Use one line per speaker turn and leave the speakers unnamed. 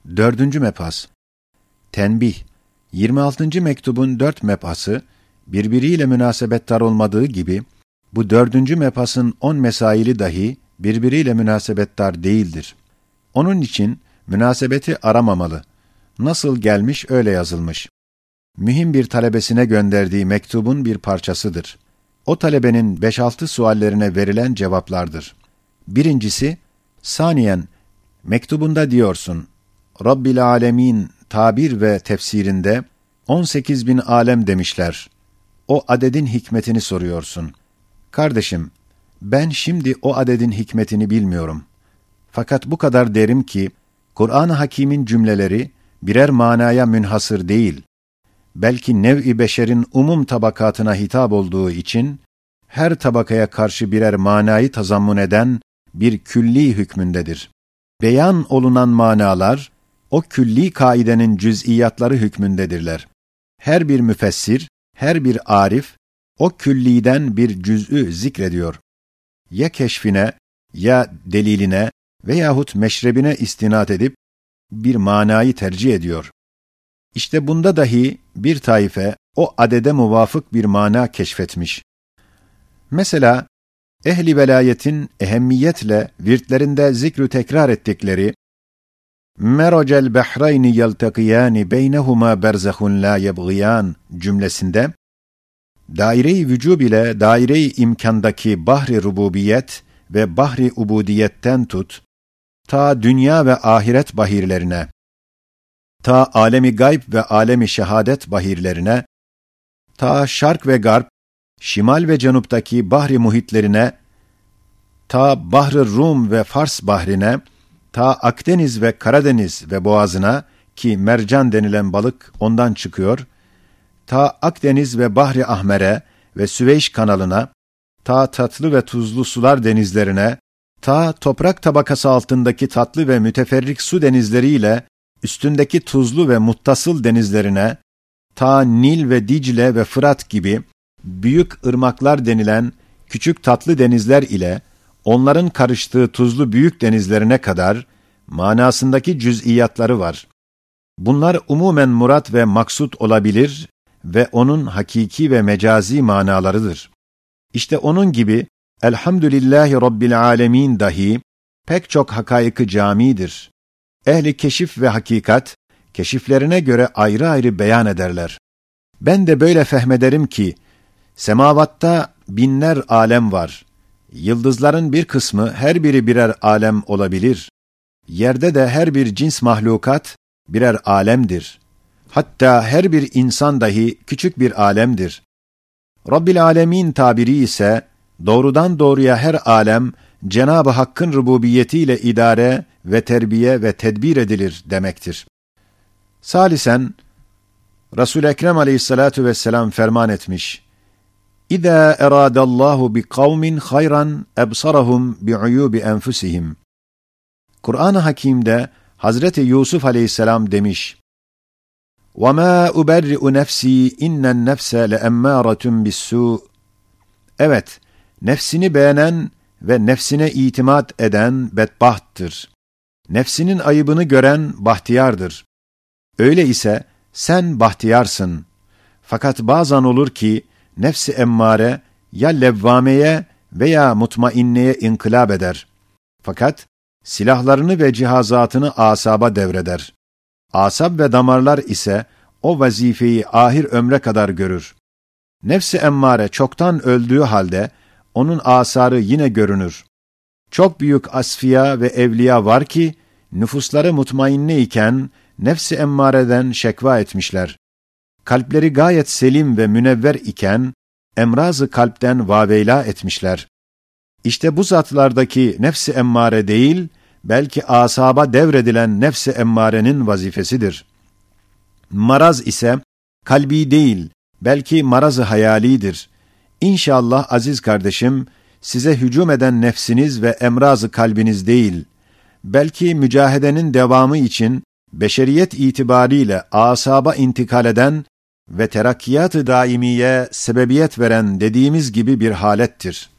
4. Mebhas. Tenbih. 26. mektubun 4 mebhası, birbiriyle münasebettar olmadığı gibi, bu 4. mebhasın 10 mesaili dahi birbiriyle münasebettar değildir. Onun için münasebeti aramamalı. Nasıl gelmiş öyle yazılmış. Mühim bir talebesine gönderdiği mektubun bir parçasıdır. O talebenin 5-6 suallerine verilen cevaplardır. Birincisi, saniyen, mektubunda diyorsun, Rabbil Alemin tabir ve tefsirinde 18.000 alem demişler. O adedin hikmetini soruyorsun. Kardeşim, ben şimdi o adedin hikmetini bilmiyorum. Fakat bu kadar derim ki, Kur'an-ı Hakîm'in cümleleri birer manaya münhasır değil, belki nev-i beşerin umum tabakatına hitap olduğu için, her tabakaya karşı birer manayı tazammun eden bir külli hükmündedir. Beyan olunan manalar, o külli kaidenin cüz'iyatları hükmündedirler. Her bir müfessir, her bir arif, o külliden bir cüz'ü zikrediyor. Ya keşfine, ya deliline veyahut meşrebine istinad edip, bir manayı tercih ediyor. İşte bunda dahi bir taife, o adede muvafık bir mana keşfetmiş. Mesela, ehli velayetin ehemmiyetle virtlerinde zikrü tekrar ettikleri merocel behreyni yeltekiyani beynehuma berzahun la yebgiyan cümlesinde daire-i vücub ile daire-i imkandaki bahri rububiyet ve bahri ubudiyetten tut ta dünya ve ahiret bahirlerine, ta alemi gayb ve alemi şehadet bahirlerine, ta şark ve garp, şimal ve canuptaki bahri muhitlerine, ta Bahr-ı Rum ve Fars bahrine, ta Akdeniz ve Karadeniz ve boğazına ki mercan denilen balık ondan çıkıyor, ta Akdeniz ve Bahri Ahmer'e ve Süveyş kanalına, ta tatlı ve tuzlu sular denizlerine, ta toprak tabakası altındaki tatlı ve müteferrik su denizleriyle üstündeki tuzlu ve muttasıl denizlerine, ta Nil ve Dicle ve Fırat gibi büyük ırmaklar denilen küçük tatlı denizler ile onların karıştığı tuzlu büyük denizlerine kadar manasındaki cüz'iyatları var. Bunlar umumen murat ve maksut olabilir ve onun hakiki ve mecazi manalarıdır. İşte onun gibi Elhamdülillahi Rabbil Alemin dahi pek çok hakaiki camidir. Ehli keşif ve hakikat, keşiflerine göre ayrı ayrı beyan ederler. Ben de böyle fehmederim ki, semavatta binler alem var. Yıldızların bir kısmı her biri birer alem olabilir. Yerde de her bir cins mahlukat birer alemdir. Hatta her bir insan dahi küçük bir alemdir. Rabbil Alemin tabiri ise doğrudan doğruya her alem Cenab-ı Hakk'ın rububiyetiyle idare ve terbiye ve tedbir edilir demektir. Salisen, Resul-i Ekrem aleyhissalatu vesselam ferman etmiş. İzâ eradallahu bi kavmin hayran ebsarahum bi'uyubi enfusihim. Kur'an-ı Hakîm'de Hazreti Yusuf aleyhisselam demiş. وَمَا أُبَرِّئُ نَفْسِي اِنَّ النَّفْسَ لَاَمَّارَةٌ بِالسُّوءِ. Evet, nefsini beğenen ve nefsine itimat eden bedbahttır. Nefsinin ayıbını gören bahtiyardır. Öyle ise sen bahtiyarsın. Fakat bazen olur ki nefs-i emmare ya levvameye veya mutmainneye inkılap eder. Fakat silahlarını ve cihazatını asaba devreder. Asab ve damarlar ise o vazifeyi ahir ömre kadar görür. Nefs-i emmare çoktan öldüğü halde onun asarı yine görünür. Çok büyük asfiya ve evliya var ki nüfusları mutmainne iken nefs-i emmareden şekva etmişler. Kalpleri gayet selim ve münevver iken emrazı kalpten vaveyla etmişler. İşte bu zatlardaki nefs-i emmare değil, belki asaba devredilen nefs-i emmarenin vazifesidir. Maraz ise kalbi değil, belki maraz-ı hayalidir. İnşallah aziz kardeşim, size hücum eden nefsiniz ve emraz-ı kalbiniz değil, belki mücahedenin devamı için beşeriyet itibariyle asaba intikal eden ve terakkiyat-ı daimiye sebebiyet veren dediğimiz gibi bir halettir.